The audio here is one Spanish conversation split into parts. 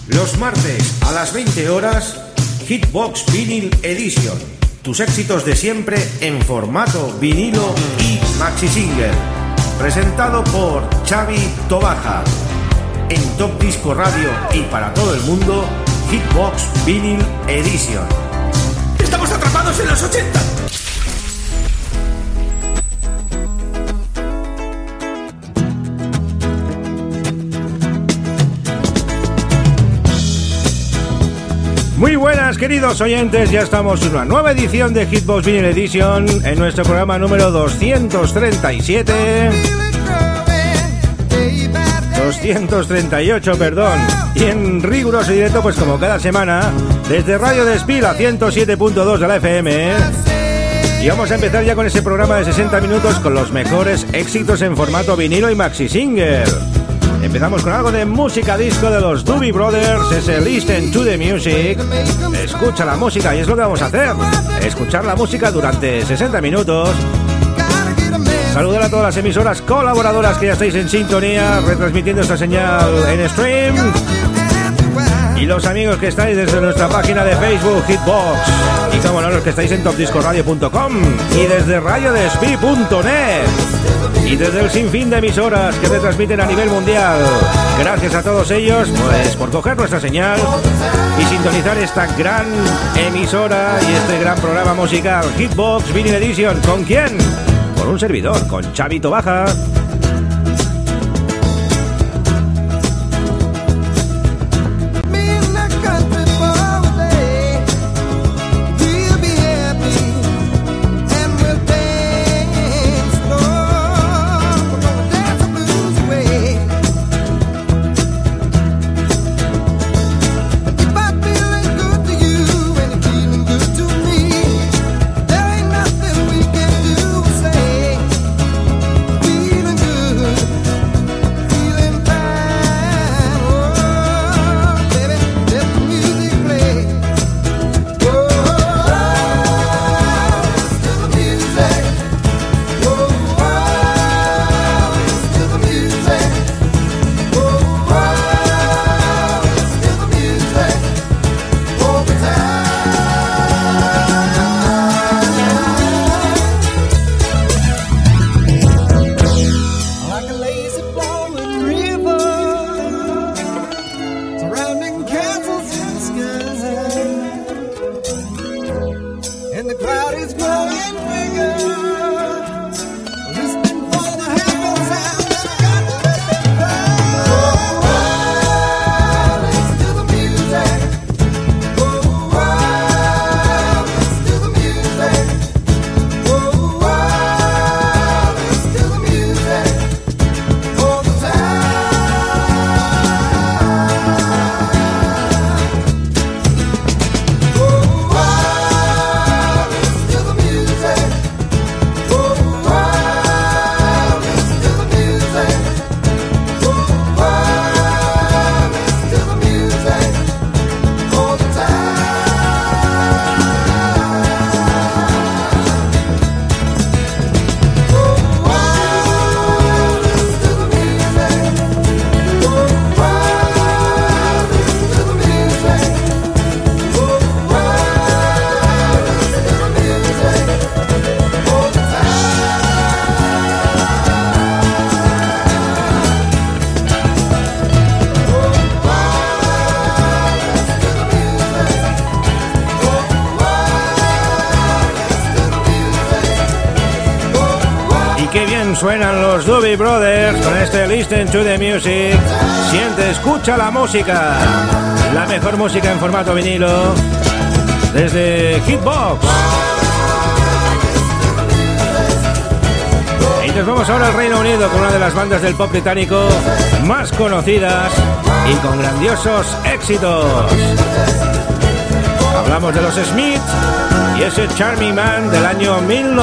Los martes a las 20 horas, Hitbox Vinyl Edition. Tus éxitos de siempre en formato vinilo y maxi single. Presentado por Xavi Tobaja. En Top Disco Radio y para todo el mundo, Hitbox Vinyl Edition. ¡Estamos atrapados en los 80! Muy buenas, queridos oyentes, ya estamos en una nueva edición de Hitbox Vinyl Edition, en nuestro programa número 237... 238, perdón. Y en riguroso directo, pues como cada semana, desde Radio Despí, la 107.2 de la FM. Y vamos a empezar ya con ese programa de 60 minutos con los mejores éxitos en formato vinilo y maxi single. Empezamos con algo de música disco de los Doobie Brothers, ese Listen to the Music. Escucha la música y es lo que vamos a hacer. Escuchar la música durante 60 minutos. Saludar a todas las emisoras colaboradoras que ya estáis en sintonía, retransmitiendo esta señal en stream. Y los amigos que estáis desde nuestra página de Facebook, Hitbox. Y como no, los que estáis en topdiscoradio.com y desde radiodespí.net. Y desde el sinfín de emisoras que retransmiten a nivel mundial. Gracias a todos ellos, pues, por coger nuestra señal y sintonizar esta gran emisora y este gran programa musical, Hitbox Vinyl Edition. ¿Con quién? Con un servidor, con Xavi Tobaja. Suenan los Doobie Brothers con este Listen to the Music. Siente, escucha la música. La mejor música en formato vinilo desde Hitbox. Y nos vamos ahora al Reino Unido con una de las bandas del pop británico más conocidas y con grandiosos éxitos. Hablamos de los Smiths y ese Charming Man del año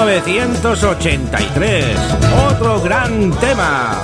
1983. Otro gran tema.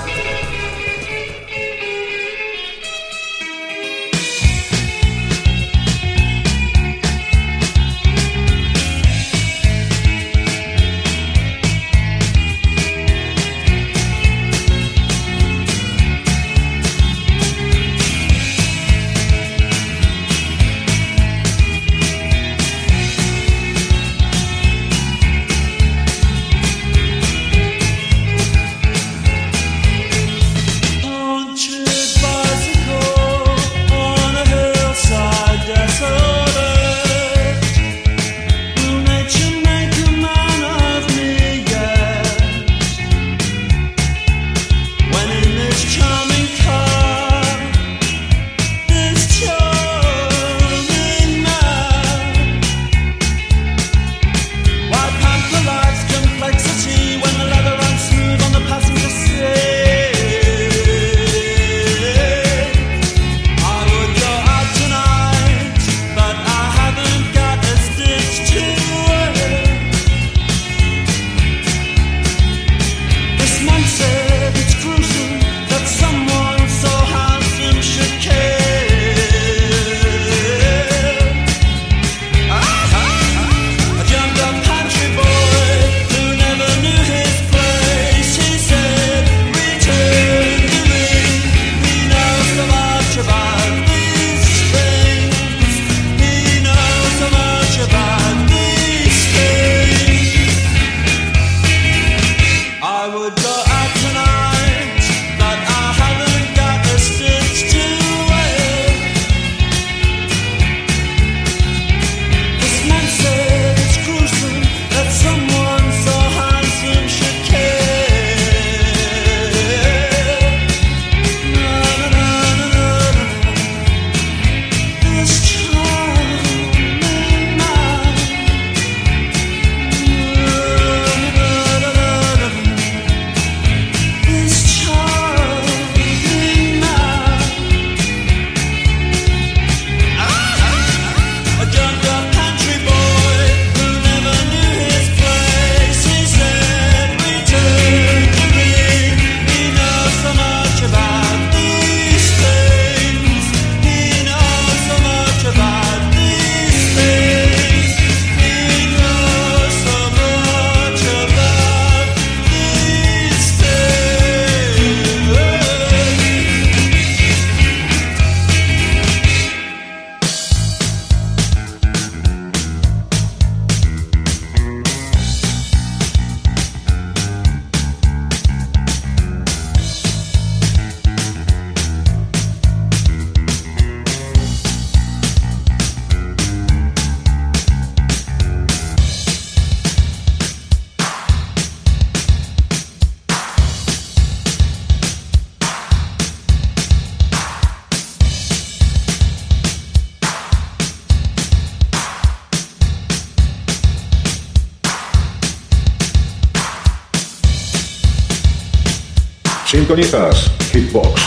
Sintonizas Hitbox.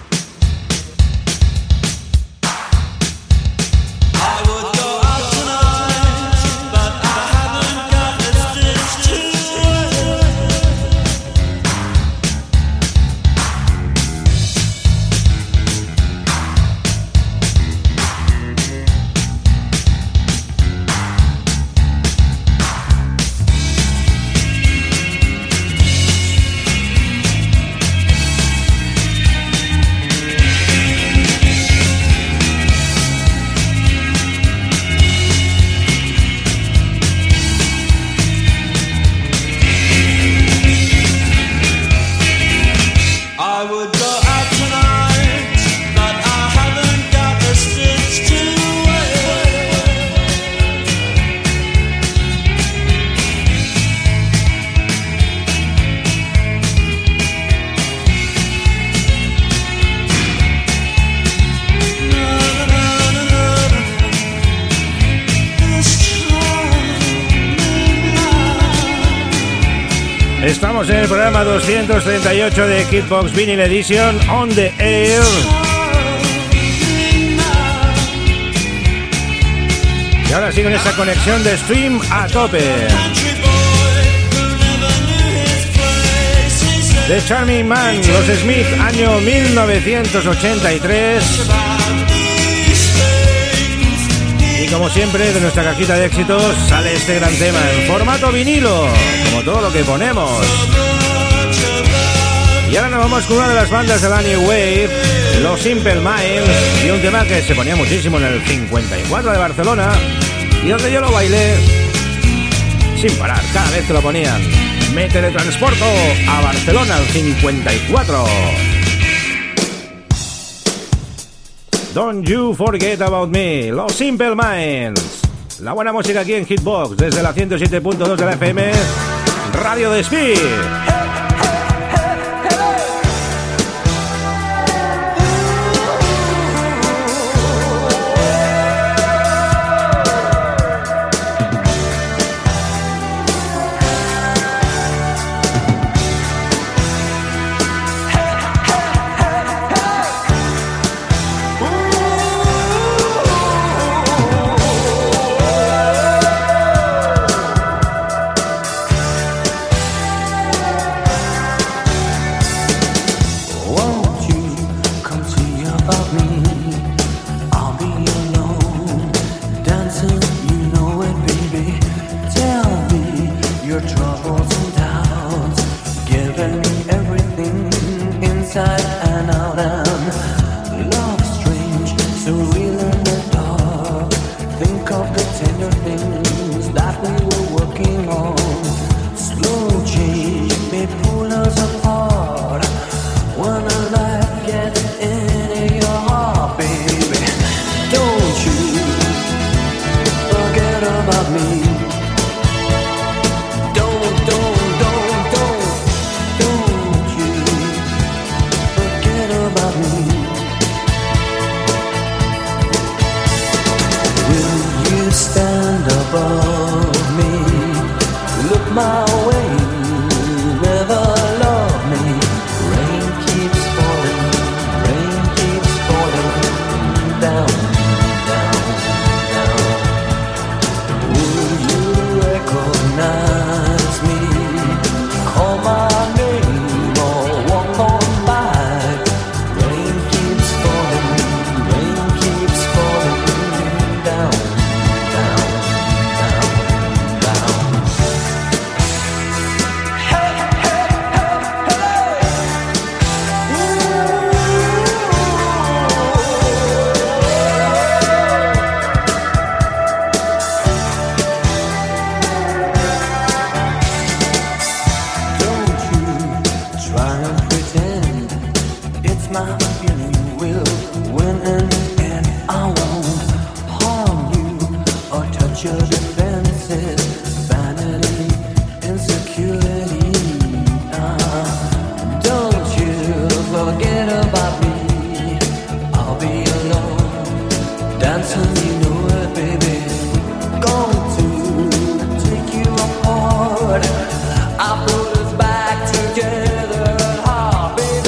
Estamos en el programa 238 de Hitbox Vinyl Edition On The Air. Y ahora sí con esa conexión de stream a tope. The Charming Man, Los Smith, año 1983. Y como siempre, de nuestra cajita de éxitos sale este gran tema en formato vinilo, como todo lo que ponemos. Y ahora nos vamos con una de las bandas de la New Wave, Los Simple Minds, y un tema que se ponía muchísimo en el 54 de Barcelona, y donde yo lo bailé sin parar cada vez que lo ponían. Me teletransporto a Barcelona al 54. Don't You Forget About Me, Los Simple Minds. La buena música aquí en Hitbox, desde la 107.2 de la FM, Radio Despí. I put us back together, heart, baby.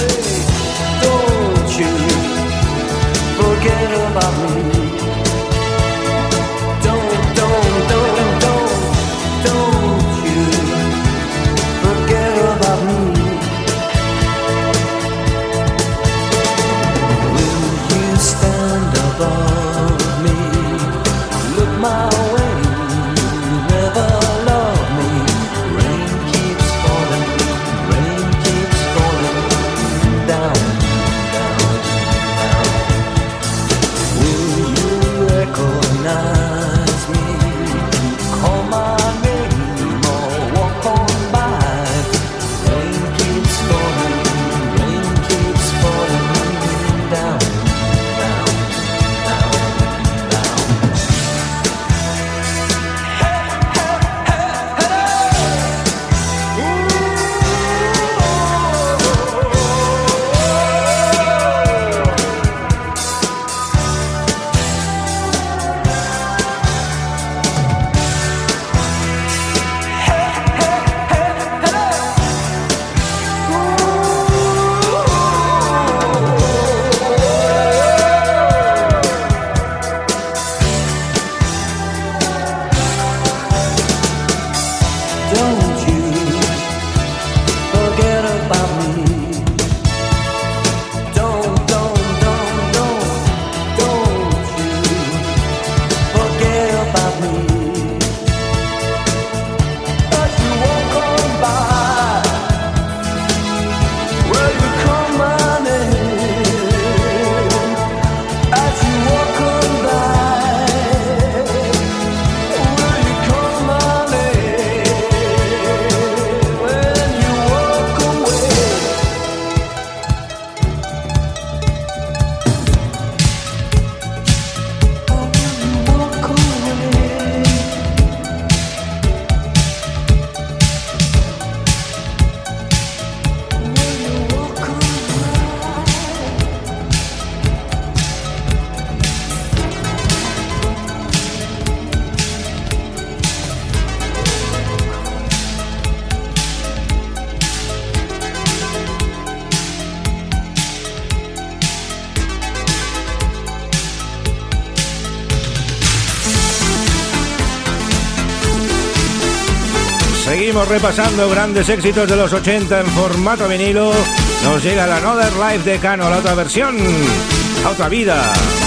Seguimos repasando grandes éxitos de los 80 en formato vinilo. Nos llega la Another Life de Cano, la otra versión, la otra vida.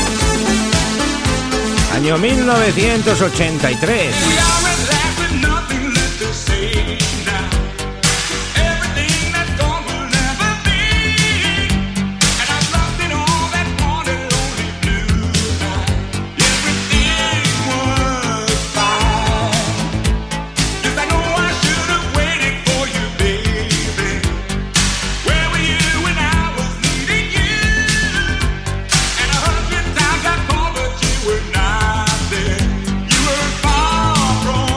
Año 1983. From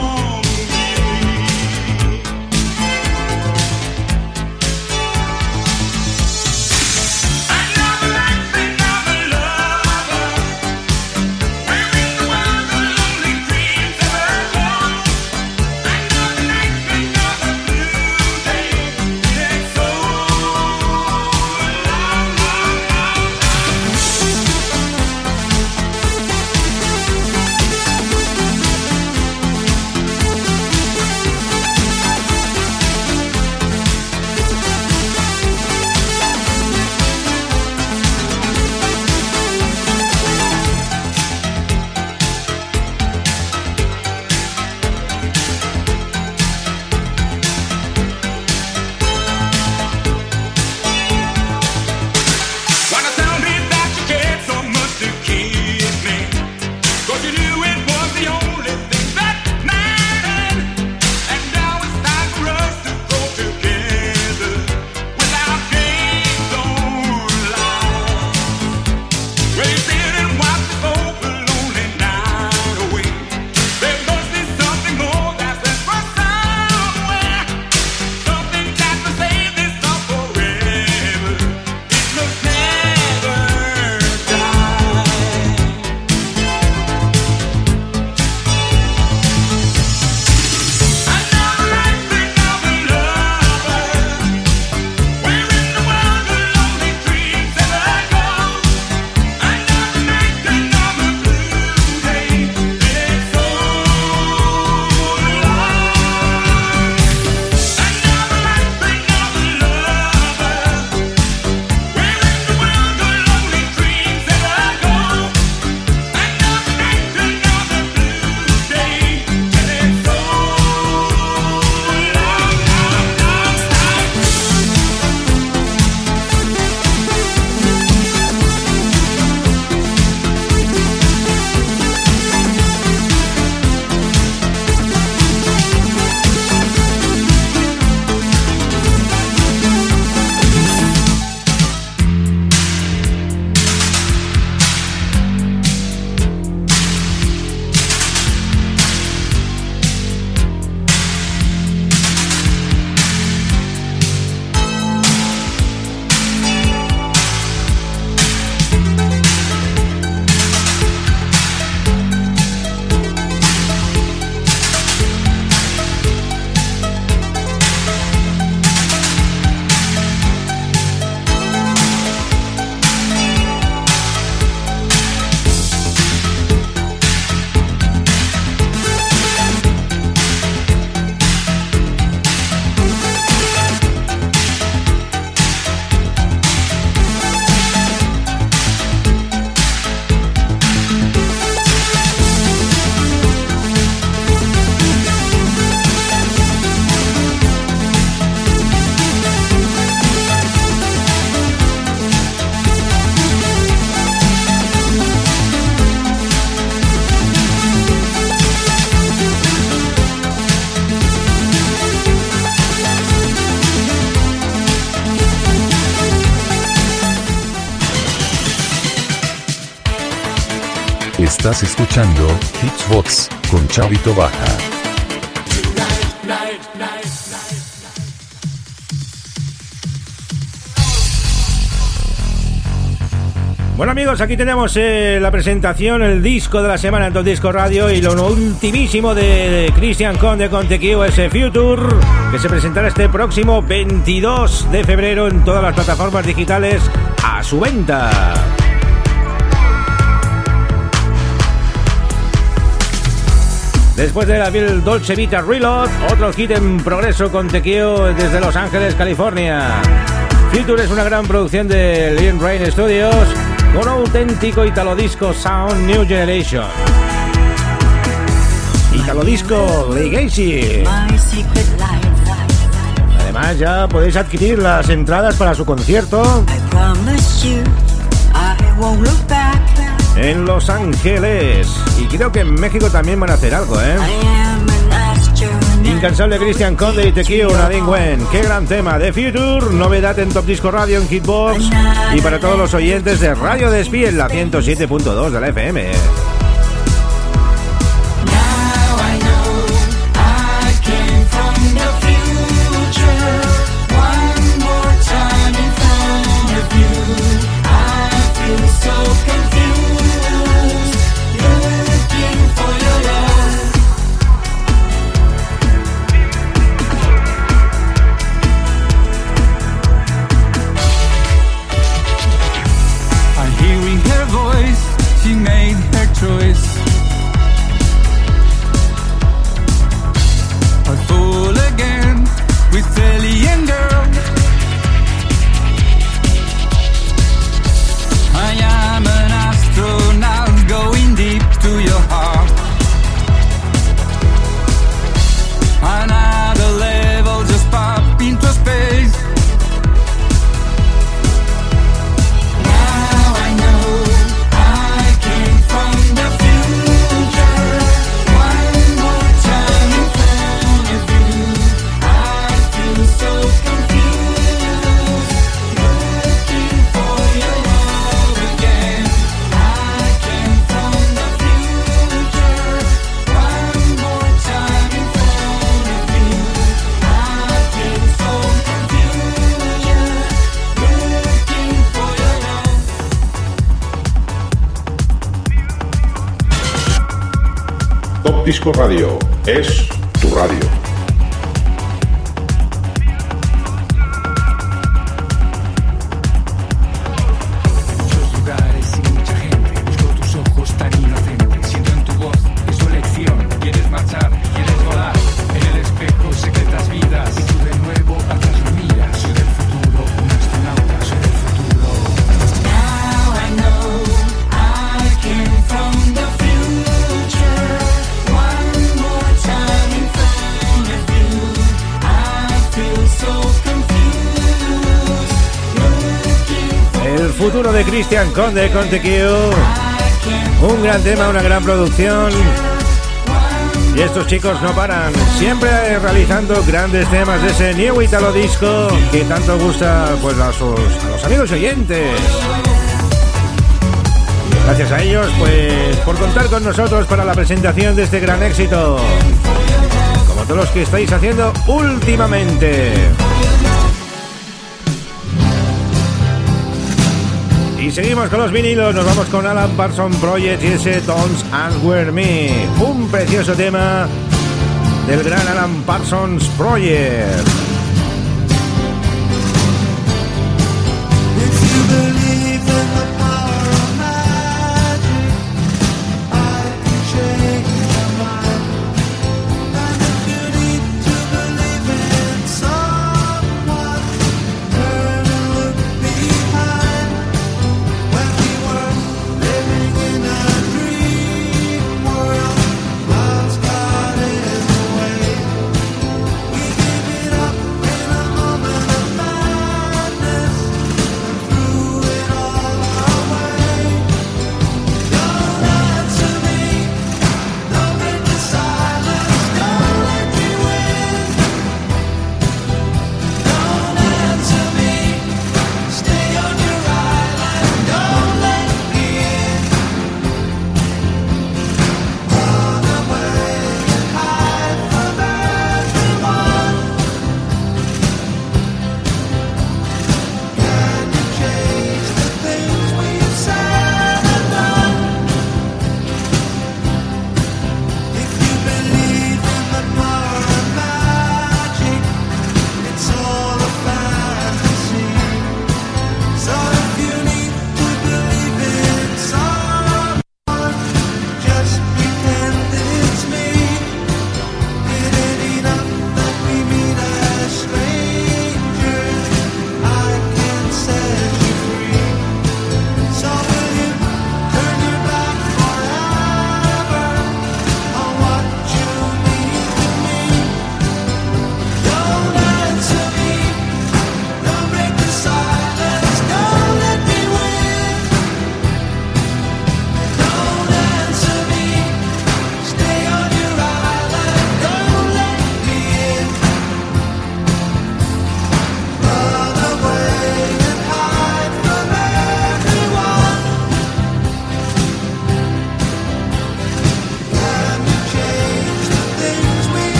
Estás escuchando Hitsbox con Chavito Baja. Bueno amigos, aquí tenemos la presentación, el disco de la semana en Top Disco Radio y lo ultimísimo de Christian Conde con The QS Future, que se presentará este próximo 22 de febrero en todas las plataformas digitales a su venta. Después de la Dolce Vita Reload, otro hit en progreso con Tequio desde Los Ángeles, California. Future es una gran producción de Lean Rain Studios con auténtico Italodisco Sound New Generation. Italodisco Legacy. Además ya podéis adquirir las entradas para su concierto en Los Ángeles. Y creo que en México también van a hacer algo, Incansable Christian Conde y Tequio, Nadine Wen. Qué gran tema. The Future, novedad en Top Disco Radio en Hitbox y para todos los oyentes de Radio Despí en la 107.2 de la FM. Top Disco Radio es tu radio. Futuro de Christian Conde con Tequio. Un gran tema, una gran producción. Y estos chicos no paran, siempre realizando grandes temas de ese New Italo Disco que tanto gusta pues a los amigos oyentes. Gracias a ellos pues por contar con nosotros para la presentación de este gran éxito, como todos los que estáis haciendo últimamente. Y seguimos con los vinilos, nos vamos con Alan Parsons Project y ese Don't Answer Me, un precioso tema del gran Alan Parsons Project. Up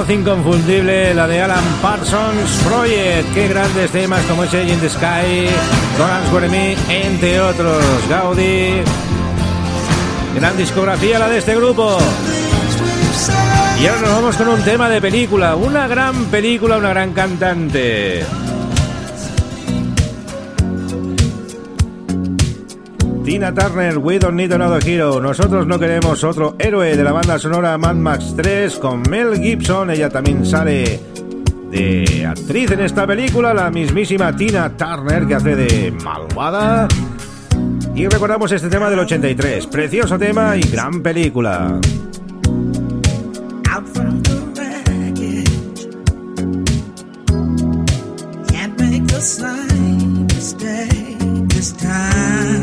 voz inconfundible, la de Alan Parsons Project. Qué grandes temas como ese In the Sky, Don't Answer Me, entre otros. Gaudí, gran discografía la de este grupo. Y ahora nos vamos con un tema de película, una gran película, una gran cantante. Tina Turner, We Don't Need Another Hero. Nosotros no queremos otro héroe, de la banda sonora Mad Max 3 con Mel Gibson. Ella también sale de actriz en esta película, la mismísima Tina Turner, que hace de malvada. Y recordamos este tema del 83, precioso tema y gran película. Out from the wreckage, can't make the same mistake this time.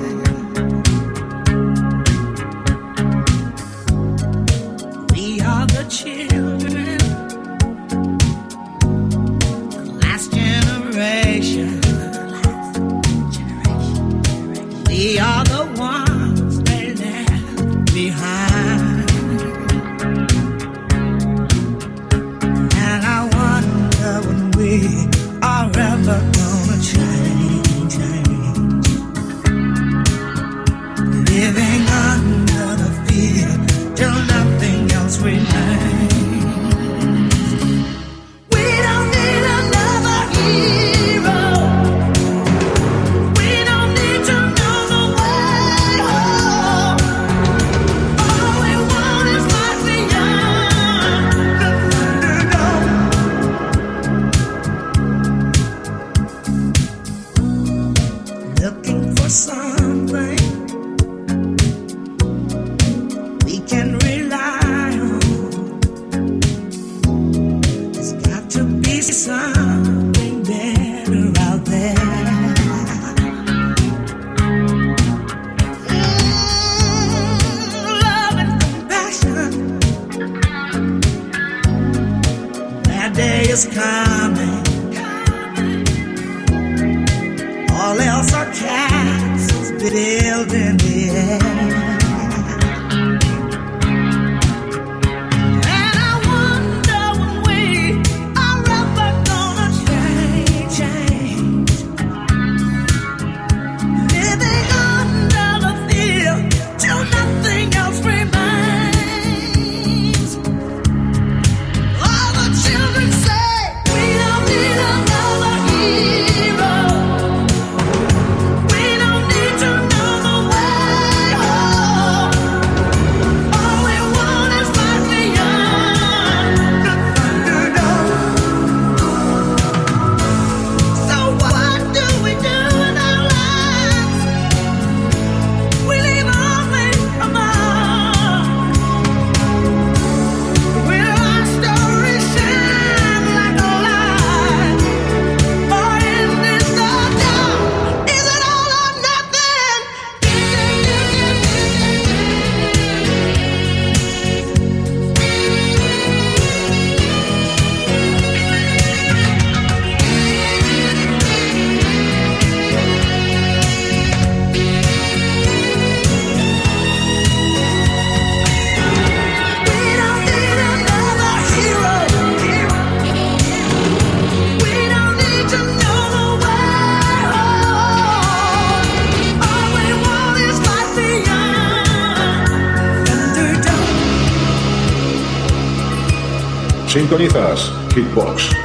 We are the children, the last generation. We are the ones they left behind. We are ever gonna change, living under the fear till nothing else remains. We don't need another hero. We don't need to know the way home. All we want is life beyond the Thunderdome. Looking for something we can rely on. There's got to be something better out there. Love and compassion. That day is coming. All else are castles built in the air. And I wonder when we are ever gonna change. Living under the fear till nothing else remains. All the children say we don't need another hero. We don't need to know the way home. All we want is life beyond the Thunderdome. So what do we do in our lives? We leave only a mark. Will our story shine like a light? Or in this the dark? Is it all or nothing? 'Cintonizas Hitbox.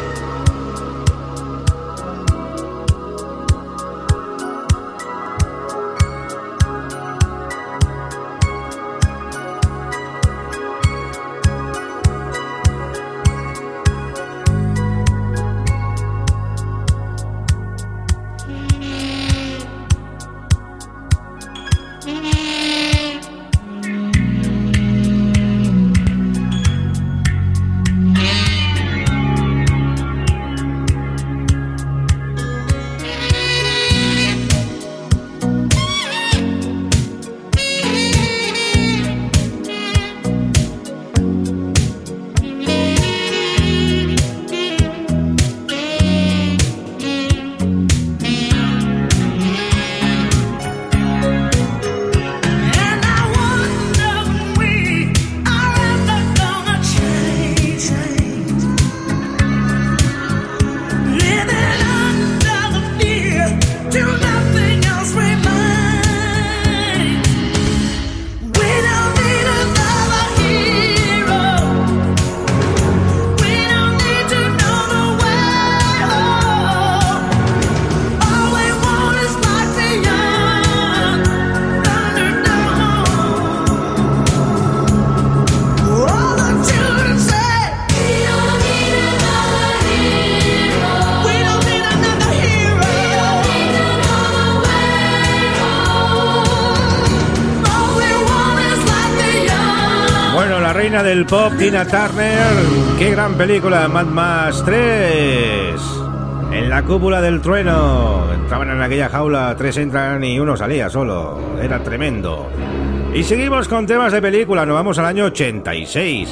reina del pop, Tina Turner. ¡Qué gran película! Mad Max 3. En la cúpula del trueno. Entraban en aquella jaula, 3 entran y 1 salía solo. Era tremendo. Y seguimos con temas de película. Nos vamos al año 86.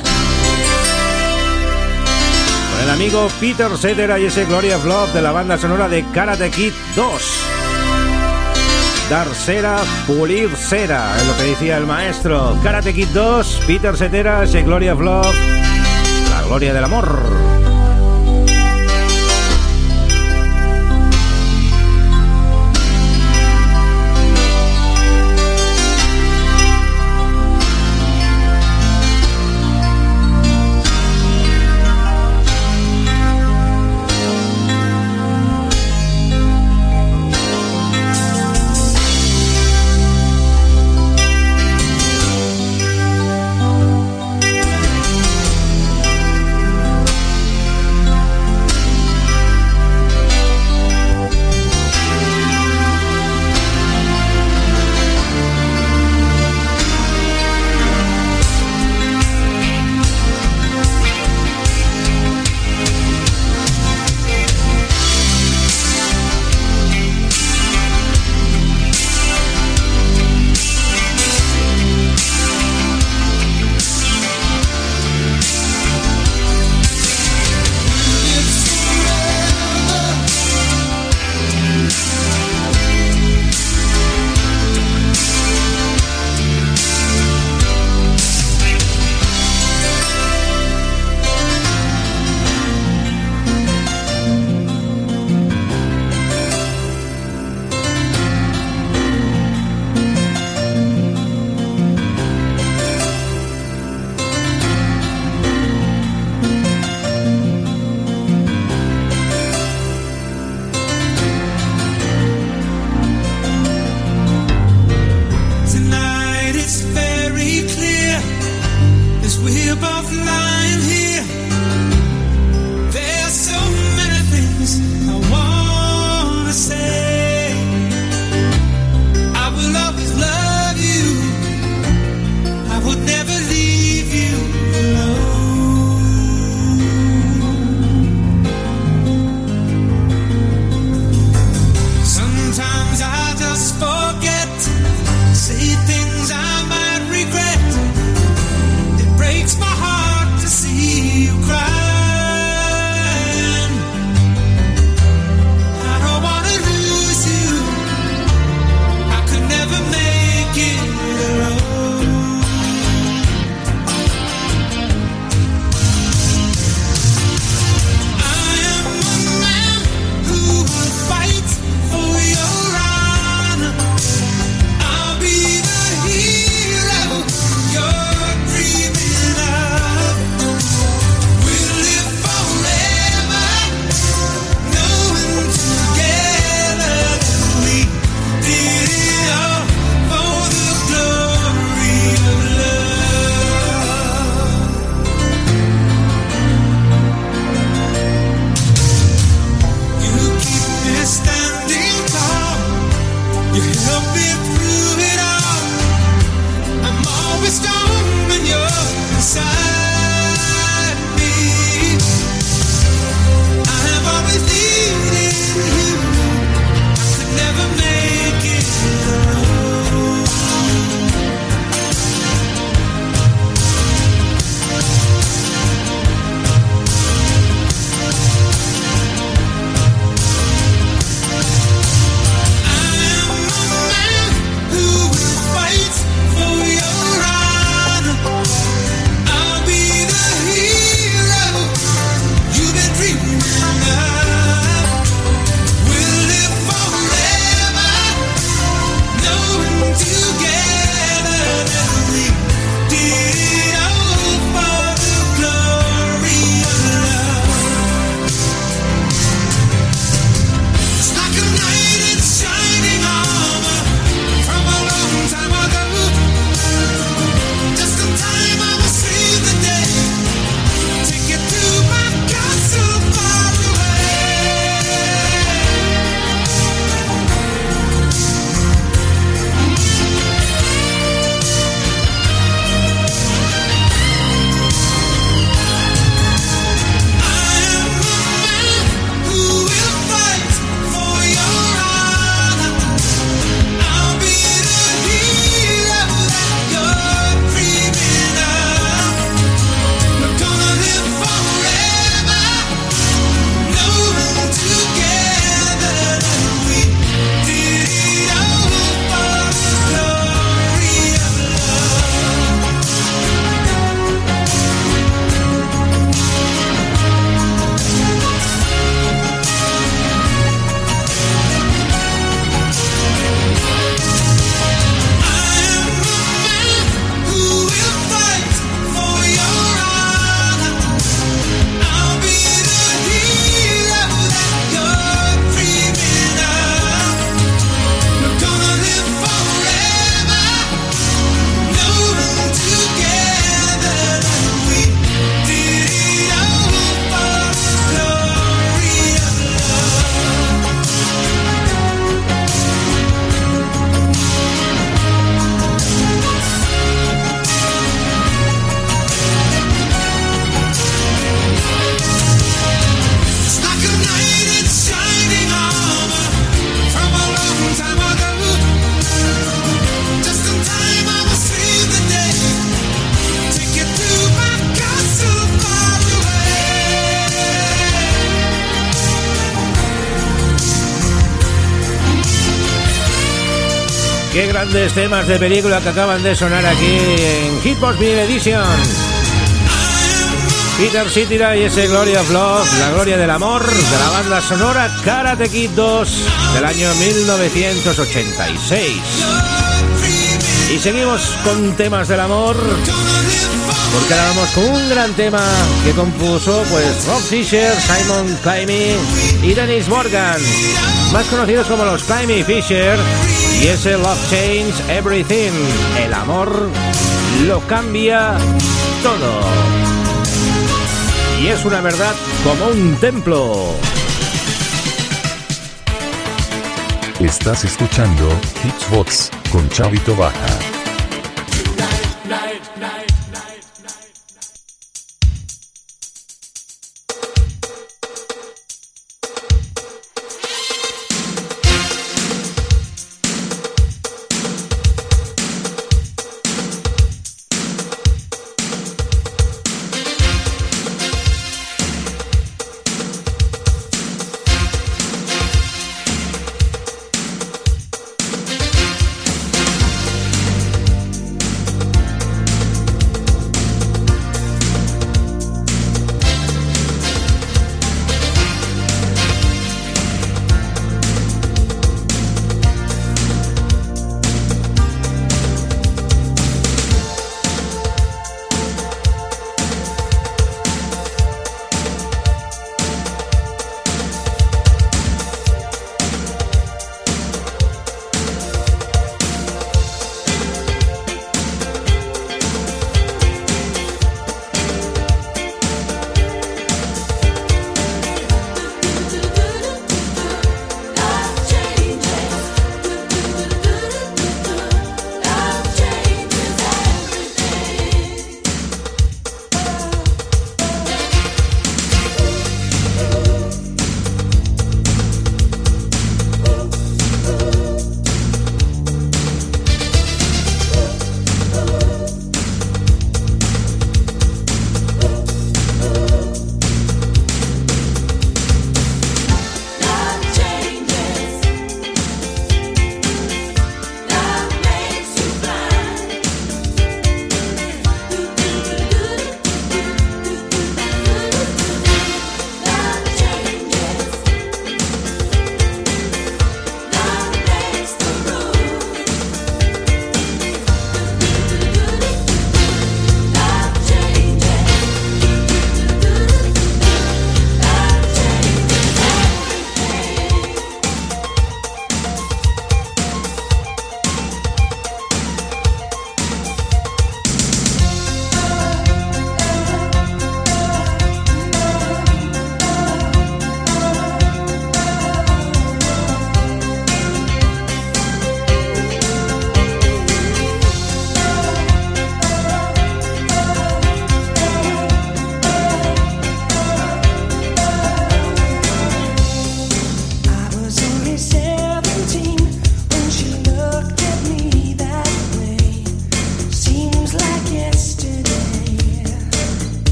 Con el amigo Peter Cetera y ese Glory of Love de la banda sonora de Karate Kid 2. Dar cera, pulir cera, es lo que decía el maestro. Karate Kid 2, Peter Cetera, ese Glory of Love, la gloria del amor. Qué grandes temas de película que acaban de sonar aquí en Hitbox Vinyl Edition. Peter Cetera y ese Glory of Love, la gloria del amor, de la banda sonora Karate Kid 2 del año 1986. Y seguimos con temas del amor, porque ahora vamos con un gran tema que compuso pues Rob Fisher, Simon Climie y Dennis Morgan, más conocidos como los Climie Fisher, y ese Love Change Everything, el amor lo cambia todo. Y es una verdad como un templo. Estás escuchando Hitsbox con Chavito Baja.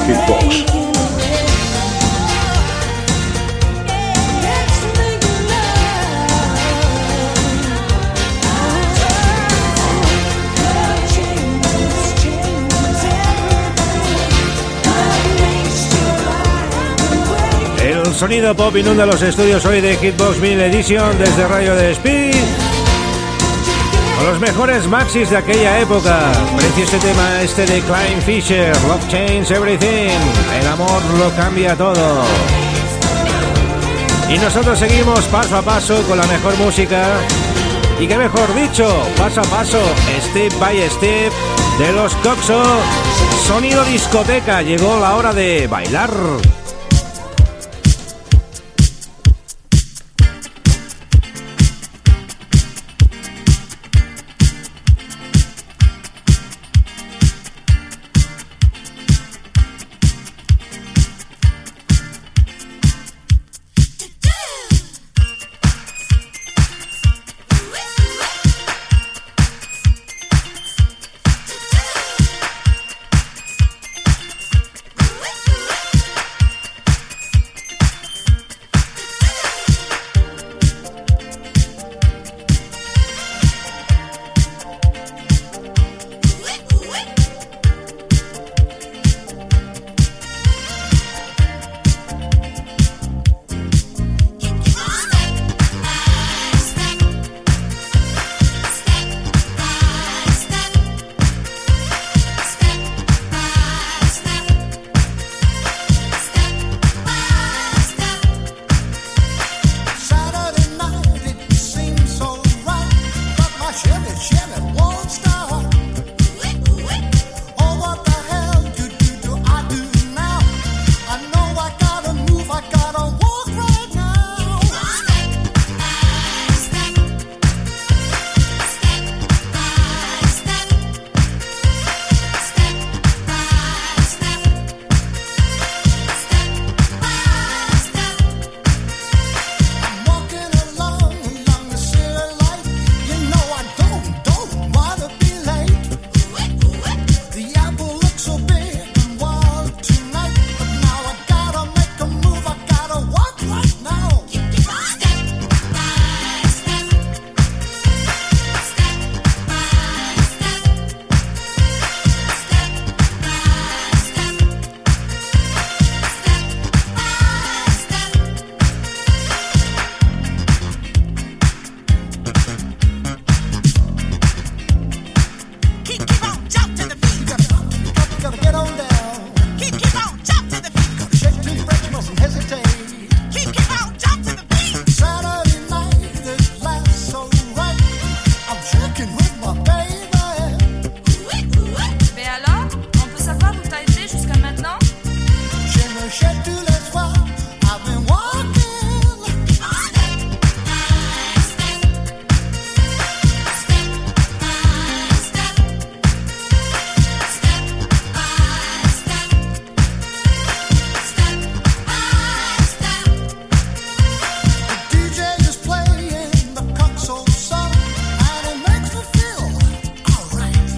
Hitbox. El sonido pop inunda los estudios hoy de Hitbox 1000 Edition desde Radio Despí. Con los mejores maxis de aquella época. Precioso tema de Clyde Fisher, Love Changes Everything. El amor lo cambia todo. Y nosotros seguimos paso a paso con la mejor música. Y que mejor dicho, paso a paso, step by step, de los Coxo. Sonido discoteca, llegó la hora de bailar.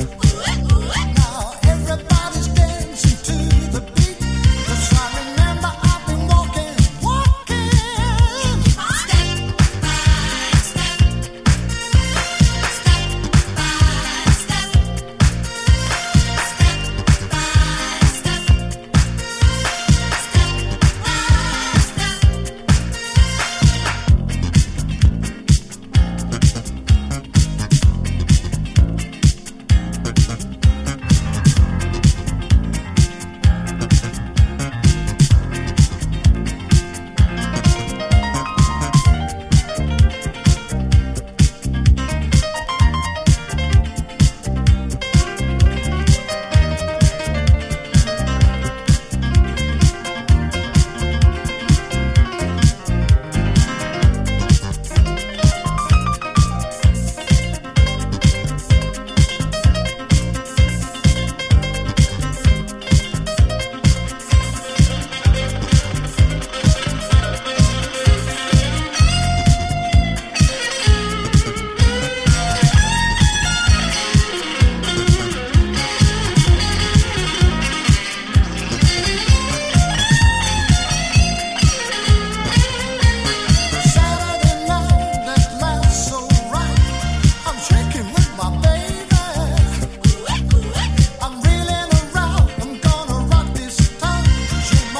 Remember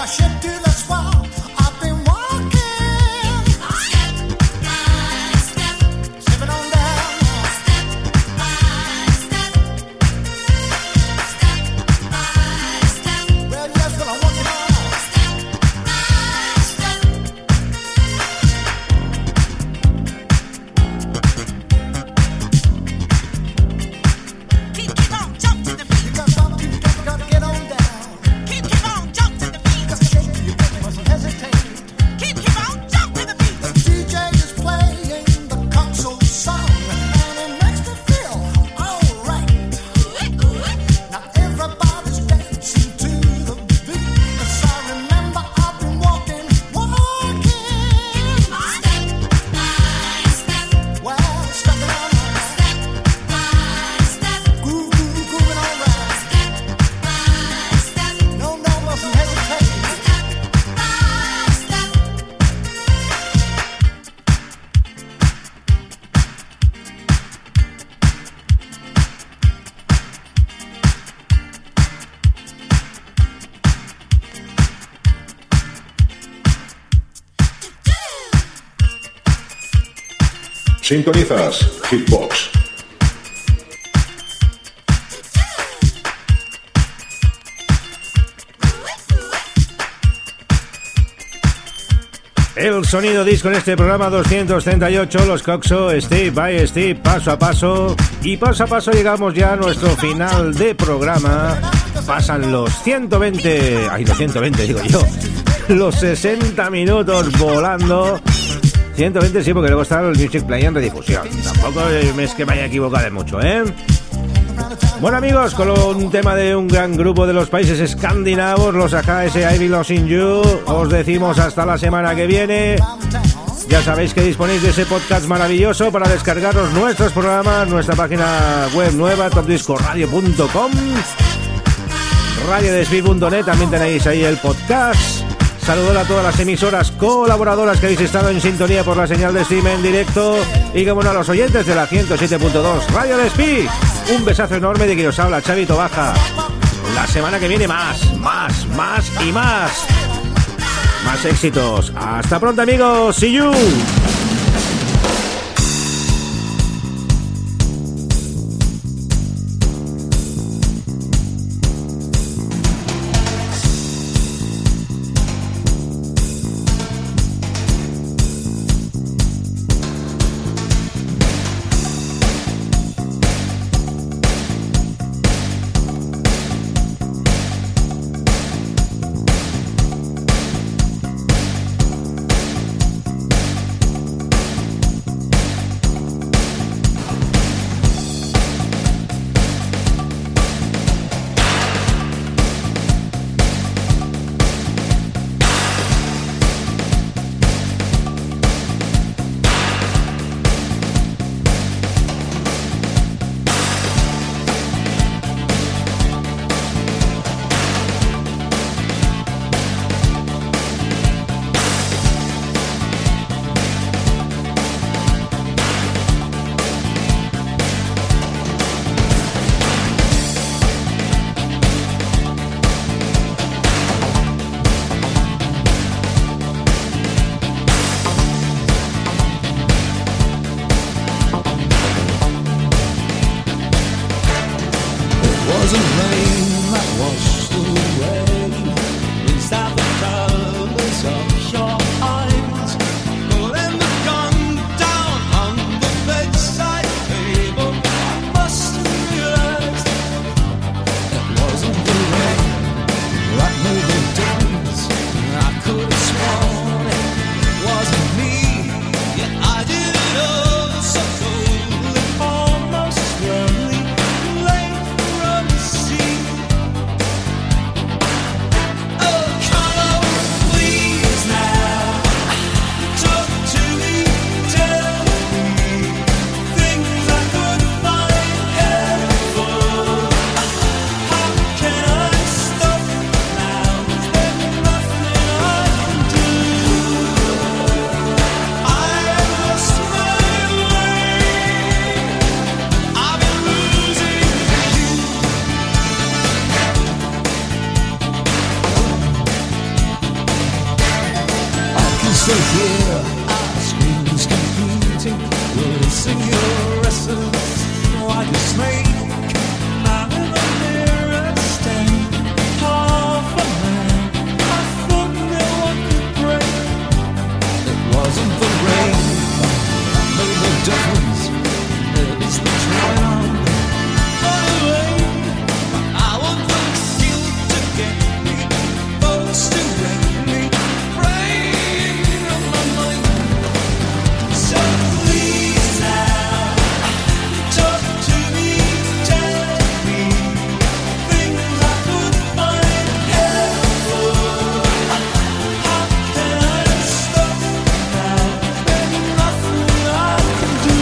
Sintonizas Hitbox. El sonido disco en este programa 238, los Coxo, Step by Step, paso a paso. Y paso a paso llegamos ya a nuestro final de programa. Pasan los 120, ay, los 120 digo yo, los 60 minutos volando. 120 sí, porque luego está el Music Play en redifusión. Tampoco es que me haya equivocado de mucho, ¿eh? Bueno, amigos, con un tema de un gran grupo de los países escandinavos, los AKS I Be Lost in You, os decimos hasta la semana que viene. Ya sabéis que disponéis de ese podcast maravilloso para descargaros nuestros programas, nuestra página web nueva, topdiscoradio.com, radiodespí.net, también tenéis ahí el podcast. Saludos a todas las emisoras colaboradoras que habéis estado en sintonía por la señal de stream en directo y como no a los oyentes de la 107.2 Radio Despí. Un besazo enorme de quien os habla, Chavito Baja. La semana que viene más y más. Más éxitos. Hasta pronto, amigos. See you. So here our screens competing, releasing your essence like a snake. Now in the mirror stand, half a man. I thought no one could break. It wasn't the rain that made the difference. It is the trial. Anyway, I want the skill to get me, folks to rate me, praying on my mind. So please now, talk to me, tell me things I could find helpful. How can I stop now? There's nothing I can do.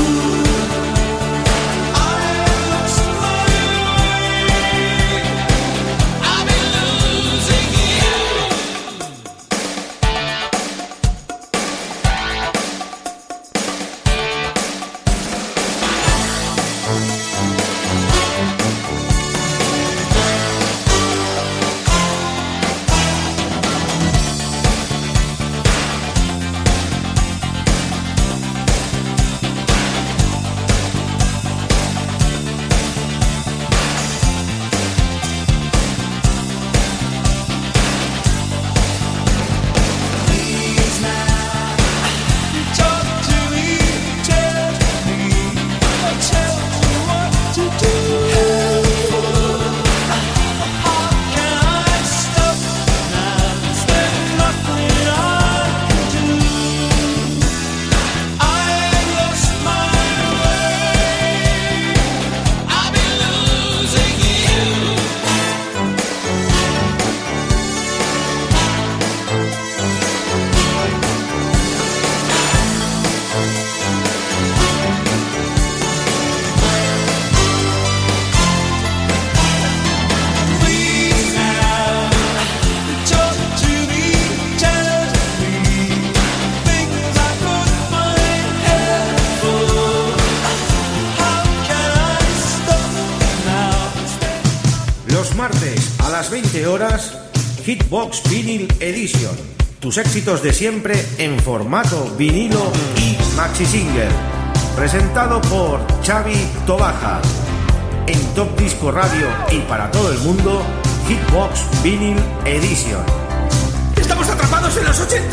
I lost my way. I've been losing you. Please now, talk to me, tell me, tell me what to do. How can I stop now? There's nothing I can do. I lost my way. I've been losing you. Please now, talk to me, tell me things I could find helpful. How can I stop now? Los martes a las 20 horas, Hitbox Vinyl Edition. Tus éxitos de siempre en formato vinilo y maxi single. Presentado por Xavi Tobaja. En Top Disco Radio y para todo el mundo, Hitbox Vinyl Edition. ¡Estamos atrapados en los 80!